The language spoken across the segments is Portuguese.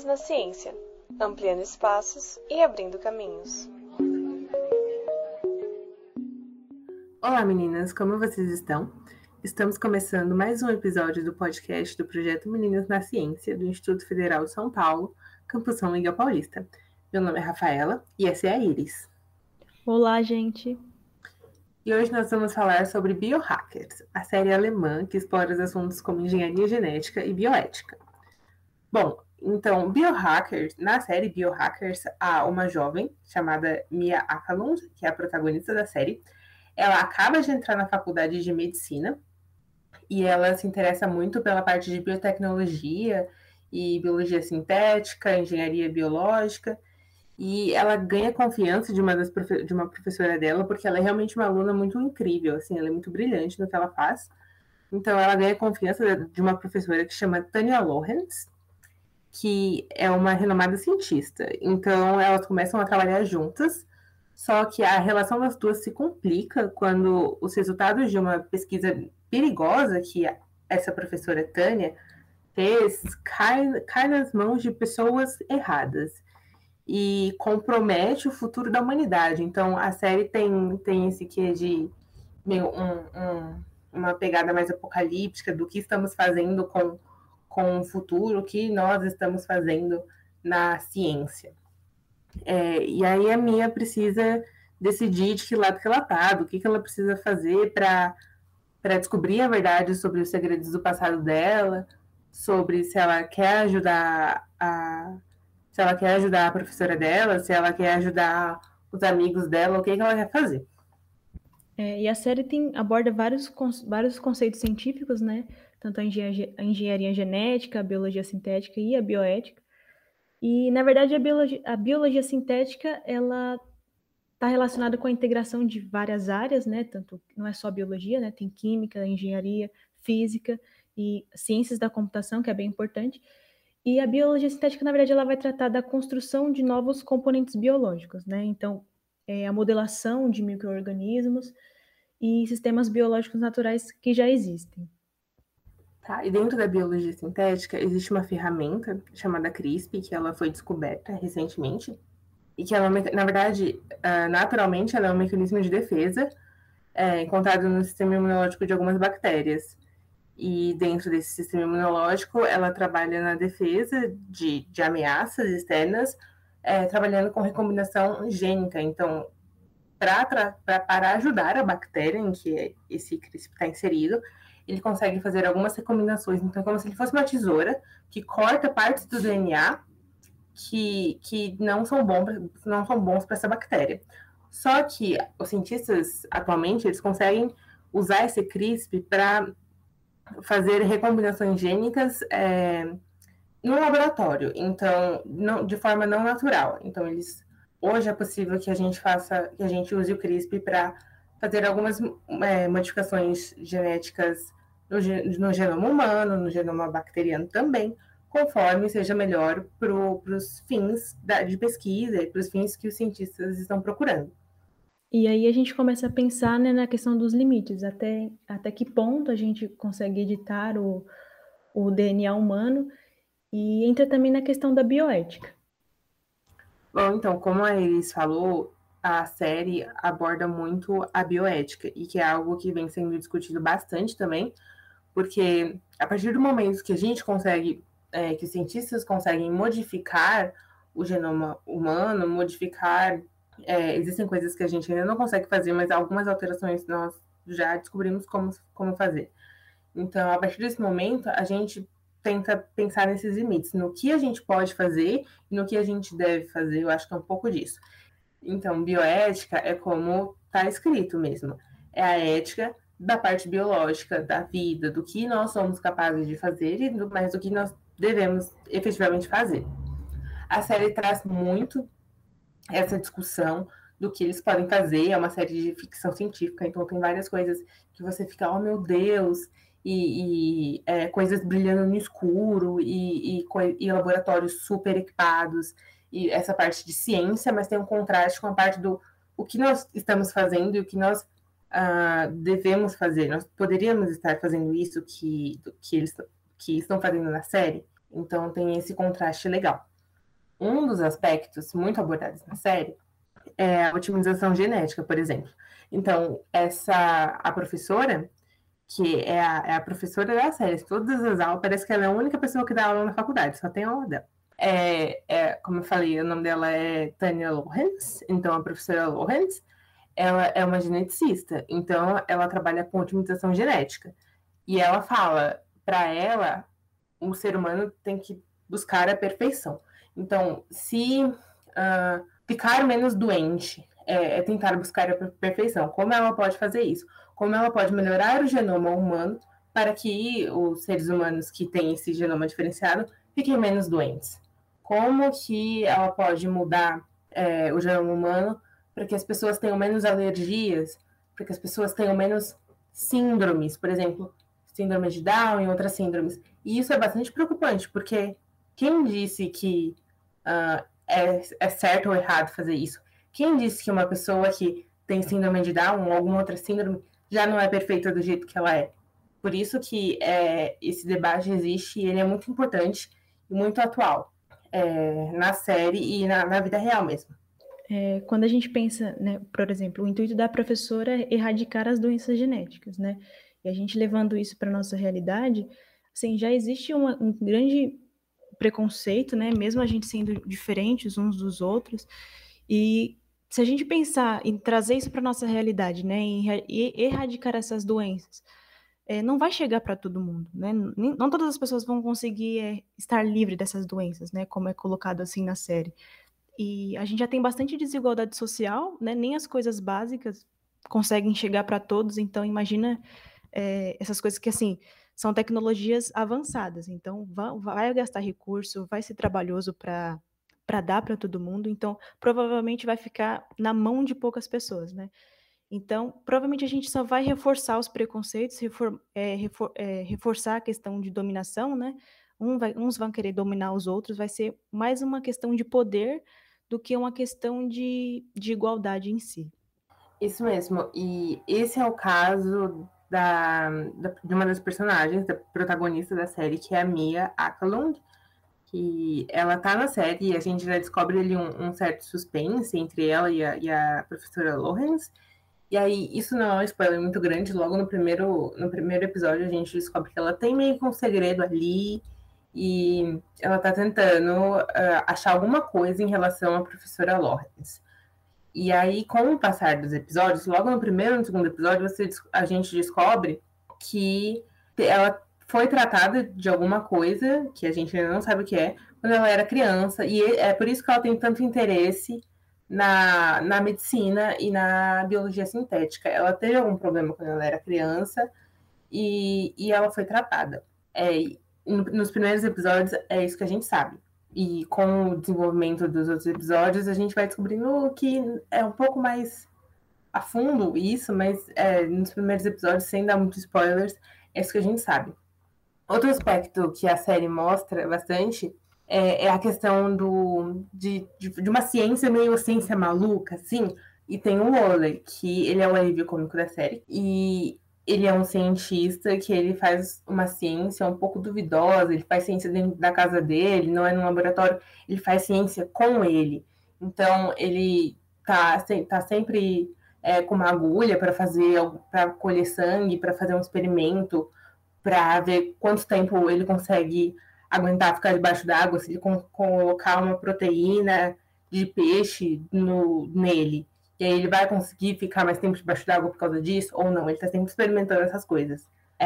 Meninas na Ciência, ampliando espaços e abrindo caminhos. Olá meninas, como vocês estão? Estamos começando mais um episódio do podcast do Projeto Meninas na Ciência do Instituto Federal de São Paulo, Campus São Miguel Paulista. Meu nome é Rafaela e essa é a Iris. Olá, gente! E hoje nós vamos falar sobre Biohackers, a série alemã que explora os assuntos como engenharia genética e bioética. Bom, então, na série Biohackers, há uma jovem chamada Mia Akalund, que é a protagonista da série. Ela acaba de entrar na faculdade de medicina e ela se interessa muito pela parte de biotecnologia e biologia sintética, engenharia biológica. E ela ganha confiança de uma professora dela, porque ela é realmente uma aluna muito incrível, assim, ela é muito brilhante no que ela faz. Então, ela ganha confiança de uma professora que chama Tanja Lorenz, que é uma renomada cientista. Então, elas começam a trabalhar juntas, só que a relação das duas se complica quando os resultados de uma pesquisa perigosa que essa professora Tanja fez cai nas mãos de pessoas erradas e compromete o futuro da humanidade. Então, a série tem esse quê de meio uma pegada mais apocalíptica do que estamos fazendo com o futuro, o que nós estamos fazendo na ciência. E aí a Mia precisa decidir de que lado que ela está, do que ela precisa fazer para descobrir a verdade sobre os segredos do passado dela, sobre se ela quer ajudar a professora dela, se ela quer ajudar os amigos dela, o que ela quer fazer. E a série aborda vários conceitos científicos, né? Tanto a engenharia genética, a biologia sintética e a bioética. E, na verdade, a biologia sintética, ela está relacionada com a integração de várias áreas, né? Tanto não é só biologia, né? Tem química, engenharia, física e ciências da computação, que é bem importante. E a biologia sintética, na verdade, ela vai tratar da construção de novos componentes biológicos, né? Então, a modelação de micro-organismos e sistemas biológicos naturais que já existem. Tá, e dentro da biologia sintética existe uma ferramenta chamada CRISPR, que ela foi descoberta recentemente, e que ela, na verdade, naturalmente, ela é um mecanismo de defesa encontrado no sistema imunológico de algumas bactérias. E dentro desse sistema imunológico, ela trabalha na defesa de ameaças externas, trabalhando com recombinação gênica. Então, para ajudar a bactéria em que esse CRISPR está inserido, ele consegue fazer algumas recombinações. Então, é como se ele fosse uma tesoura que corta partes do DNA que não são bons para essa bactéria. Só que os cientistas, atualmente, eles conseguem usar esse CRISPR para fazer recombinações gênicas no laboratório, então, de forma não natural. Então, hoje é possível que a gente use o CRISPR para fazer algumas modificações genéticas no genoma humano, no genoma bacteriano também, conforme seja melhor para os fins de pesquisa e para os fins que os cientistas estão procurando. E aí a gente começa a pensar, né, na questão dos limites, até que ponto a gente consegue editar o DNA humano, e entra também na questão da bioética. Bom, então, como a Iris falou, a série aborda muito a bioética, e que é algo que vem sendo discutido bastante também, porque a partir do momento que a gente consegue, que os cientistas conseguem modificar o genoma humano, existem coisas que a gente ainda não consegue fazer, mas algumas alterações nós já descobrimos como fazer. Então, a partir desse momento, a gente tenta pensar nesses limites, no que a gente pode fazer e no que a gente deve fazer. Eu acho que é um pouco disso. Então, bioética é como está escrito mesmo. É a ética da parte biológica, da vida, do que nós somos capazes de fazer e mais do que nós devemos efetivamente fazer. A série traz muito essa discussão do que eles podem fazer. É uma série de ficção científica, então tem várias coisas que você fica, oh meu Deus, e coisas brilhando no escuro, e laboratórios super equipados, e essa parte de ciência, mas tem um contraste com a parte do o que nós estamos fazendo e o que nós devemos fazer. Nós poderíamos estar fazendo isso que eles estão fazendo na série. Então tem esse contraste legal. Um dos aspectos muito abordados na série é a otimização genética, por exemplo. Então, a professora, que é a professora da série, todas as aulas, parece que ela é a única pessoa que dá aula na faculdade, só tem aula dela. Como eu falei, o nome dela é Tanya Lawrence, então a professora Lawrence, ela é uma geneticista, então ela trabalha com otimização genética. E ela fala, para ela, o ser humano tem que buscar a perfeição. Então, se ficar menos doente é tentar buscar a perfeição, como ela pode fazer isso? Como ela pode melhorar o genoma humano para que os seres humanos que têm esse genoma diferenciado fiquem menos doentes? Como que ela pode mudar o genoma humano para que as pessoas tenham menos alergias, para que as pessoas tenham menos síndromes, por exemplo, síndrome de Down e outras síndromes. E isso é bastante preocupante, porque quem disse que é certo ou errado fazer isso? Quem disse que uma pessoa que tem síndrome de Down ou alguma outra síndrome já não é perfeita do jeito que ela é? Por isso que esse debate existe e ele é muito importante e muito atual na série e na vida real mesmo. Quando a gente pensa, né, por exemplo, o intuito da professora é erradicar as doenças genéticas, né? E a gente levando isso para a nossa realidade, assim, já existe um grande preconceito, né? Mesmo a gente sendo diferentes uns dos outros. E se a gente pensar em trazer isso para a nossa realidade, né? Em erradicar essas doenças, não vai chegar para todo mundo, né? Não todas as pessoas vão conseguir estar livre dessas doenças, né? Como é colocado assim na série. E a gente já tem bastante desigualdade social, né? Nem as coisas básicas conseguem chegar para todos, então imagina essas coisas que, assim, são tecnologias avançadas, então vai gastar recurso, vai ser trabalhoso para dar para todo mundo, então provavelmente vai ficar na mão de poucas pessoas, né? Então, provavelmente a gente só vai reforçar os preconceitos, reforçar a questão de dominação, né? Uns vão querer dominar os outros, vai ser mais uma questão de poder do que uma questão de igualdade em si. Isso mesmo, e esse é o caso de uma das personagens, da protagonista da série, que é a Mia Akalund, que ela tá na série e a gente já descobre ali um certo suspense entre ela e a professora Lawrence. E aí, isso não é um spoiler muito grande, logo no primeiro episódio a gente descobre que ela tem meio que um segredo ali e ela tá tentando achar alguma coisa em relação à professora Lawrence. E aí, com o passar dos episódios, logo no primeiro e no segundo episódio, a gente descobre que ela foi tratada de alguma coisa, que a gente ainda não sabe o que é, quando ela era criança, e é por isso que ela tem tanto interesse na medicina e na biologia sintética. Ela teve algum problema quando ela era criança e ela foi tratada. Nos primeiros episódios, é isso que a gente sabe. E com o desenvolvimento dos outros episódios, a gente vai descobrindo que é um pouco mais a fundo isso, mas nos primeiros episódios, sem dar muitos spoilers, é isso que a gente sabe. Outro aspecto que a série mostra bastante é a questão de uma ciência meio ciência maluca, assim. E tem o Wally, que ele é o alívio cômico da série. E ele é um cientista que ele faz uma ciência um pouco duvidosa, ele faz ciência dentro da casa dele, não é no laboratório, ele faz ciência com ele. Então, ele tá sempre com uma agulha para colher sangue, para fazer um experimento, para ver quanto tempo ele consegue aguentar ficar debaixo d'água, se ele colocar uma proteína de peixe nele. E aí ele vai conseguir ficar mais tempo debaixo d'água por causa disso, ou não. Ele tá sempre experimentando essas coisas.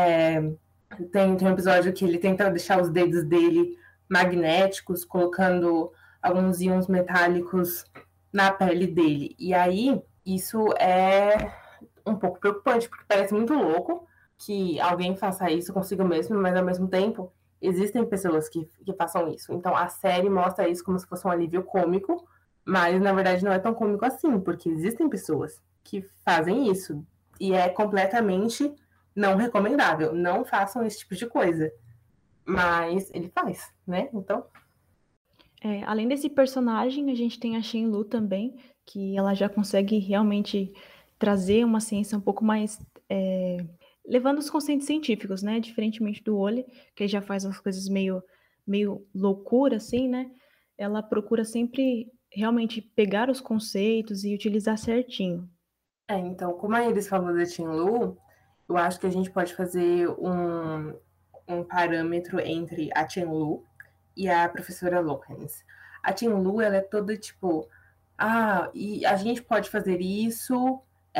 Tem um episódio que ele tenta deixar os dedos dele magnéticos, colocando alguns íons metálicos na pele dele. E aí, isso é um pouco preocupante, porque parece muito louco que alguém faça isso consigo mesmo, mas ao mesmo tempo existem pessoas que façam isso. Então a série mostra isso como se fosse um alívio cômico, mas na verdade não é tão cômico assim, porque existem pessoas que fazem isso e é completamente não recomendável. Não façam esse tipo de coisa. Mas ele faz, né? Então. Além desse personagem, a gente tem a Shen-Lu também, que ela já consegue realmente trazer uma ciência um pouco mais levando os conceitos científicos, né? Diferentemente do Wally, que já faz as coisas meio loucura, assim, né? ela procura sempre realmente pegar os conceitos e utilizar certinho. Então, como a Iris falou da Tim-Lu, eu acho que a gente pode fazer um parâmetro entre a Tim-Lu e a professora Lorenz. A Tim-Lu, ela é toda tipo, e a gente pode fazer isso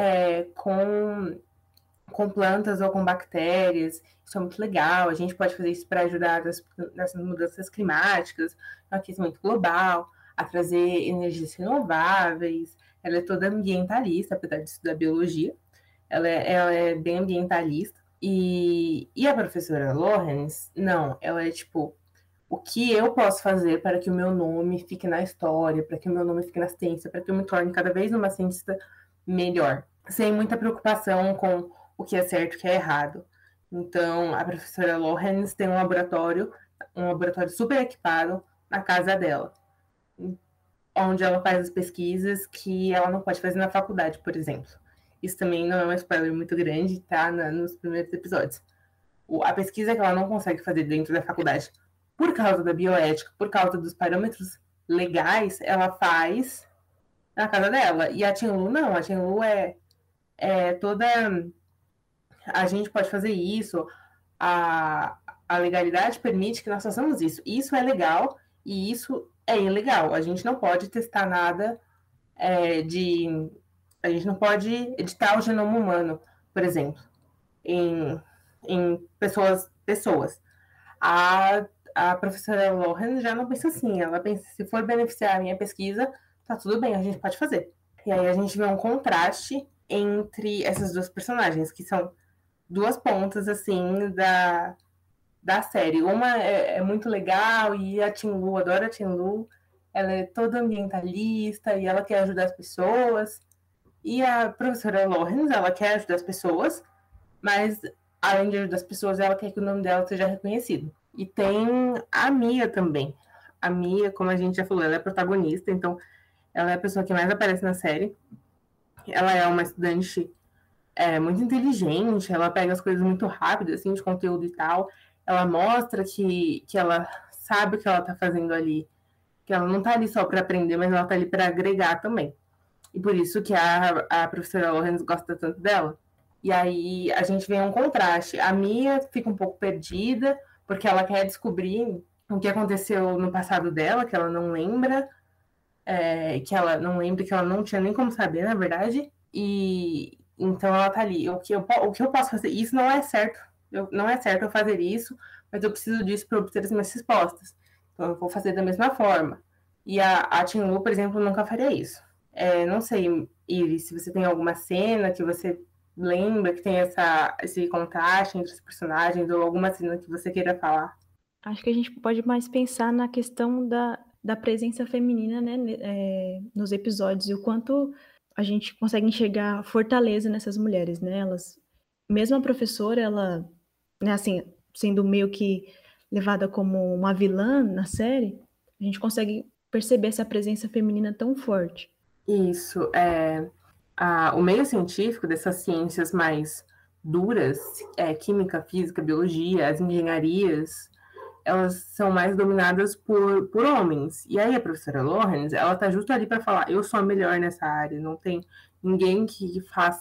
com plantas ou com bactérias, isso é muito legal, a gente pode fazer isso para ajudar nas mudanças climáticas, no aquecimento global, a trazer energias renováveis. Ela é toda ambientalista, apesar de estudar biologia, ela é bem ambientalista. E a professora Lorenz, não, ela é tipo, o que eu posso fazer para que o meu nome fique na história, para que o meu nome fique na ciência, para que eu me torne cada vez uma cientista melhor, sem muita preocupação com o que é certo e o que é errado. Então, a professora Lorenz tem um laboratório super equipado na casa dela, onde ela faz as pesquisas que ela não pode fazer na faculdade, por exemplo. Isso também não é um spoiler muito grande, tá? Nos primeiros episódios. A pesquisa que ela não consegue fazer dentro da faculdade, por causa da bioética, por causa dos parâmetros legais, ela faz na casa dela. E a Tim-Lu não, a Tim-Lu é toda... A gente pode fazer isso, a legalidade permite que nós façamos isso. Isso é legal e isso é ilegal. A gente não pode testar nada a gente não pode editar o genoma humano, por exemplo, em pessoas. A professora Loren já não pensa assim, ela pensa, se for beneficiar a minha pesquisa, tá tudo bem, a gente pode fazer. E aí a gente vê um contraste entre essas duas personagens, que são duas pontas, assim, da série. Uma é muito legal e a Tim-Lu, adora a Tim-Lu, ela é toda ambientalista e ela quer ajudar as pessoas. E a professora Lorenz, ela quer ajudar as pessoas, mas além de ajudar as pessoas, ela quer que o nome dela seja reconhecido. E tem a Mia também. A Mia, como a gente já falou, ela é protagonista, então ela é a pessoa que mais aparece na série. Ela é uma estudante muito inteligente, ela pega as coisas muito rápido, assim, de conteúdo e tal. Ela mostra que ela sabe o que ela tá fazendo ali, que ela não tá ali só para aprender, mas ela tá ali para agregar também. E por isso que a professora Lorenz gosta tanto dela. E aí a gente vê um contraste. A Mia fica um pouco perdida, porque ela quer descobrir o que aconteceu no passado dela, que ela não lembra, que ela não tinha nem como saber, na verdade. E então ela tá ali. O que eu posso fazer? Isso não é certo. Não é certo eu fazer isso, mas eu preciso disso para obter as minhas respostas. Então eu vou fazer da mesma forma. E a Tim-Lu, por exemplo, nunca faria isso. Não sei, Iris, se você tem alguma cena que você lembra que tem esse contraste entre os personagens ou alguma cena que você queira falar. Acho que a gente pode mais pensar na questão da presença feminina, né, nos episódios e o quanto a gente consegue enxergar fortaleza nessas mulheres, né? Mesmo a professora, ela, né, assim, sendo meio que levada como uma vilã na série, a gente consegue perceber essa presença feminina tão forte. Isso, o meio científico dessas ciências mais duras, química, física, biologia, as engenharias, elas são mais dominadas por homens. E aí a professora Lorenz, ela tá justo ali para falar, eu sou a melhor nessa área, não tem ninguém que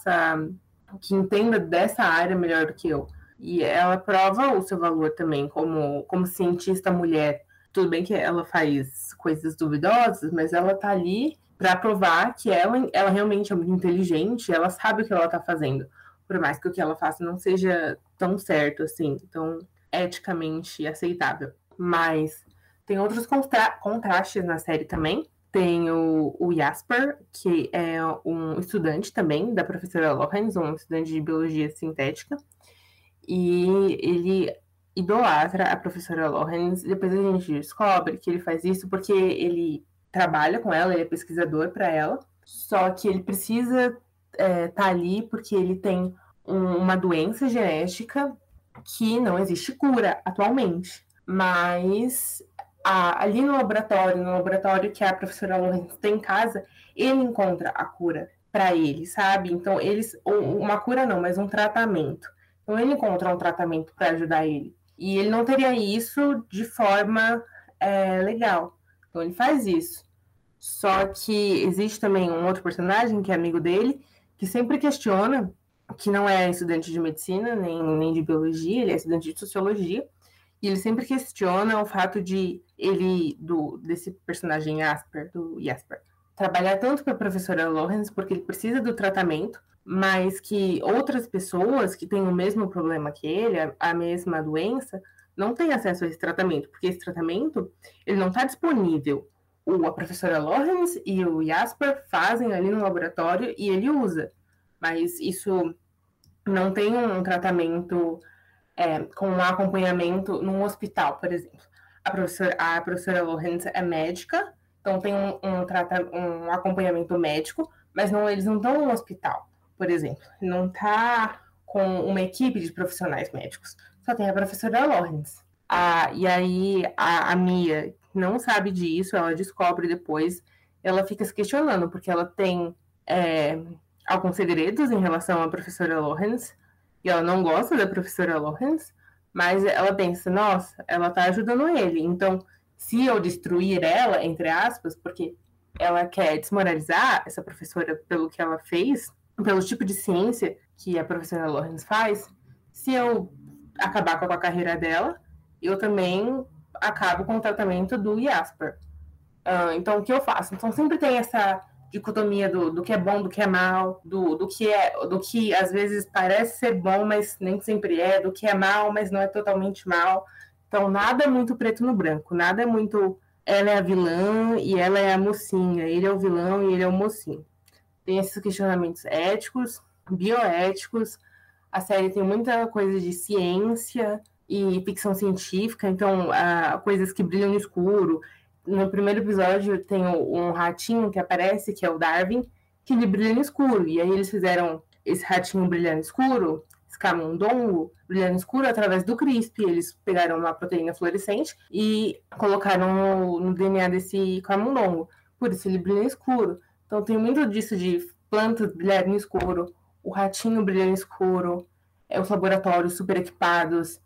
entenda dessa área melhor do que eu. E ela prova o seu valor também como cientista mulher. Tudo bem que ela faz coisas duvidosas, mas ela tá ali para provar que ela realmente é muito inteligente, ela sabe o que ela tá fazendo, por mais que o que ela faça não seja tão certo assim, tão eticamente aceitável. Mas tem outros contrastes na série também. Tem o Jasper, que é um estudante também da professora Lorenz, um estudante de biologia sintética, e ele idolatra a professora Lorenz. Depois a gente descobre que ele faz isso porque ele trabalha com ela, ele é pesquisador para ela, só que ele precisa tá ali porque ele tem uma doença genética que não existe cura atualmente. Mas ali no laboratório que a professora Lorenz tem em casa, ele encontra a cura para ele, sabe? Então, uma cura não, mas um tratamento. Então, ele encontra um tratamento para ajudar ele. E ele não teria isso de forma legal. Então ele faz isso. Só que existe também um outro personagem que é amigo dele, que sempre questiona, que não é estudante de medicina, nem de biologia, ele é estudante de sociologia, e ele sempre questiona o fato de desse personagem do Jasper, trabalhar tanto para a professora Lawrence, porque ele precisa do tratamento, mas que outras pessoas que têm o mesmo problema que ele, a mesma doença, não têm acesso a esse tratamento, porque esse tratamento ele não está disponível. A professora Lawrence e o Jasper fazem ali no laboratório e ele usa, mas isso não tem um tratamento com um acompanhamento num hospital, por exemplo. A professora Lawrence é médica, então tem um acompanhamento médico, mas eles não estão no hospital, por exemplo. Não está com uma equipe de profissionais médicos. Só tem a professora Lawrence. E aí a Mia não sabe disso, ela descobre depois, ela fica se questionando, porque ela tem alguns segredos em relação à professora Lawrence, e ela não gosta da professora Lawrence, mas ela pensa, nossa, ela tá ajudando ele, então se eu destruir ela, entre aspas, porque ela quer desmoralizar essa professora pelo que ela fez, pelo tipo de ciência que a professora Lawrence faz, se eu acabar com a carreira dela, eu também acabo com o tratamento do Jasper. Então, o que eu faço? Então, sempre tem essa dicotomia do que é bom, do que é mal, do que às vezes parece ser bom, mas nem sempre é, do que é mal, mas não é totalmente mal. Então, nada é muito preto no branco, nada é muito ela é a vilã e ela é a mocinha, ele é o vilão e ele é o mocinho. Tem esses questionamentos éticos, bioéticos, a série tem muita coisa de ciência e ficção científica, então coisas que brilham no escuro. No primeiro episódio tem um ratinho que aparece, que é o Darwin, que ele brilha no escuro. E aí eles fizeram esse ratinho brilhar no escuro, esse camundongo, brilhar no escuro através do CRISPR. Eles pegaram uma proteína fluorescente e colocaram no DNA desse camundongo. Por isso ele brilha no escuro. Então tem muito disso de plantas brilharem no escuro, o ratinho brilha no escuro, os laboratórios super equipados,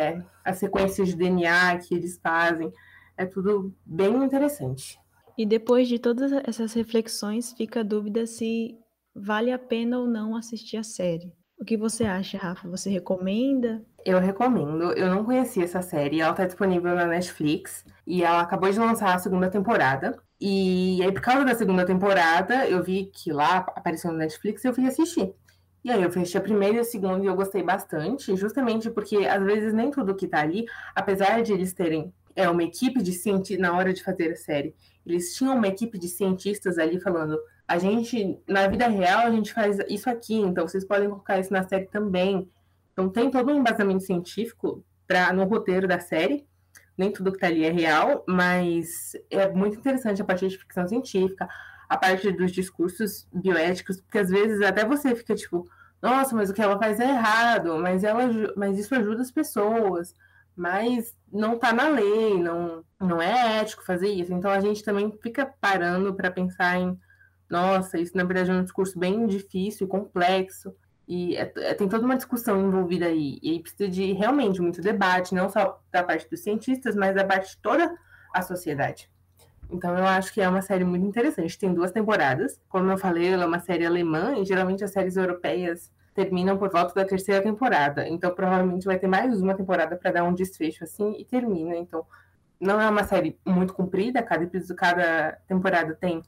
as sequências de DNA que eles fazem. É tudo bem interessante. E depois de todas essas reflexões, fica a dúvida se vale a pena ou não assistir a série. O que você acha, Rafa? Você recomenda? Eu recomendo. Eu não conhecia essa série. Ela está disponível na Netflix. E ela acabou de lançar a segunda temporada. E aí, por causa da segunda temporada, eu vi que lá apareceu no Netflix e eu fui assistir. E aí eu fui assistir a primeira e a segunda e eu gostei bastante. Justamente porque, às vezes, nem tudo que tá ali, apesar de eles terem uma equipe de cientistas na hora de fazer a série. Eles tinham uma equipe de cientistas ali falando, a gente, na vida real, a gente faz isso aqui, então vocês podem colocar isso na série também. Então tem todo um embasamento científico no roteiro da série. Nem tudo que tá ali é real, mas é muito interessante a parte de ficção científica, a parte dos discursos bioéticos, porque às vezes até você fica tipo, nossa, mas o que ela faz é errado, mas isso ajuda as pessoas. Mas não está na lei, não é ético fazer isso. Então a gente também fica parando para pensar em, nossa, isso na verdade é um discurso bem difícil e complexo. E tem toda uma discussão envolvida aí. E aí precisa de realmente muito debate, não só da parte dos cientistas, mas da parte de toda a sociedade. Então eu acho que é uma série muito interessante. Tem 2 temporadas. Como eu falei, ela é uma série alemã e geralmente as séries europeias terminam por volta da 3ª temporada. Então, provavelmente vai ter mais uma temporada para dar um desfecho assim e termina. Então, não é uma série muito comprida. Cada temporada tem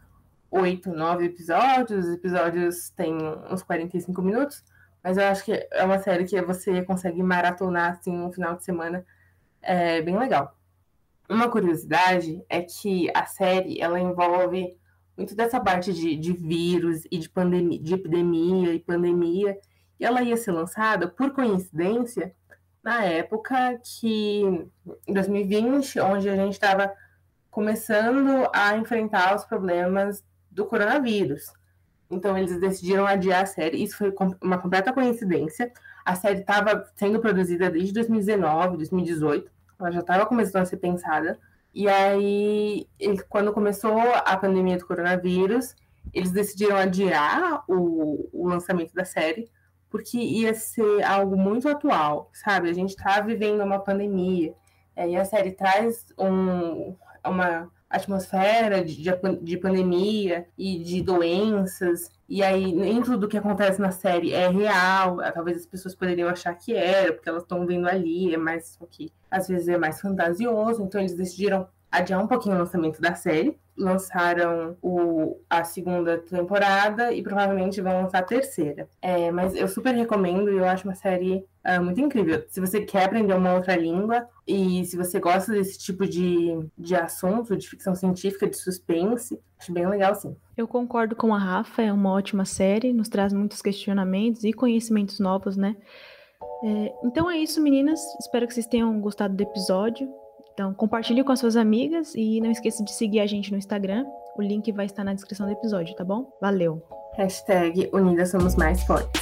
8, 9 episódios. Os episódios têm uns 45 minutos. Mas eu acho que é uma série que você consegue maratonar assim no final de semana. É bem legal. Uma curiosidade é que a série ela envolve muito dessa parte de vírus e de pandemia, de epidemia e pandemia. E ela ia ser lançada, por coincidência, na época que, em 2020, onde a gente estava começando a enfrentar os problemas do coronavírus. Então, eles decidiram adiar a série. Isso foi uma completa coincidência. A série estava sendo produzida desde 2019, 2018. Ela já estava começando a ser pensada. E aí, quando começou a pandemia do coronavírus, eles decidiram adiar o lançamento da série, porque ia ser algo muito atual, sabe? A gente está vivendo uma pandemia, e a série traz atmosfera de pandemia e de doenças. E aí, nem tudo que acontece na série é real. Talvez as pessoas poderiam achar que era, porque elas estão vendo ali, mas só que às vezes é mais fantasioso. Então eles decidiram adiar um pouquinho o lançamento da série. Lançaram a segunda temporada e provavelmente vão lançar a terceira. Mas eu super recomendo e eu acho uma série muito incrível. Se você quer aprender uma outra língua e se você gosta desse tipo de assunto, de ficção científica, de suspense, acho bem legal, sim. Eu concordo com a Rafa, é uma ótima série, nos traz muitos questionamentos e conhecimentos novos, né? Então é isso, meninas. Espero que vocês tenham gostado do episódio. Então, compartilhe com as suas amigas e não esqueça de seguir a gente no Instagram. O link vai estar na descrição do episódio, tá bom? Valeu! #Unidas Somos Mais Fortes.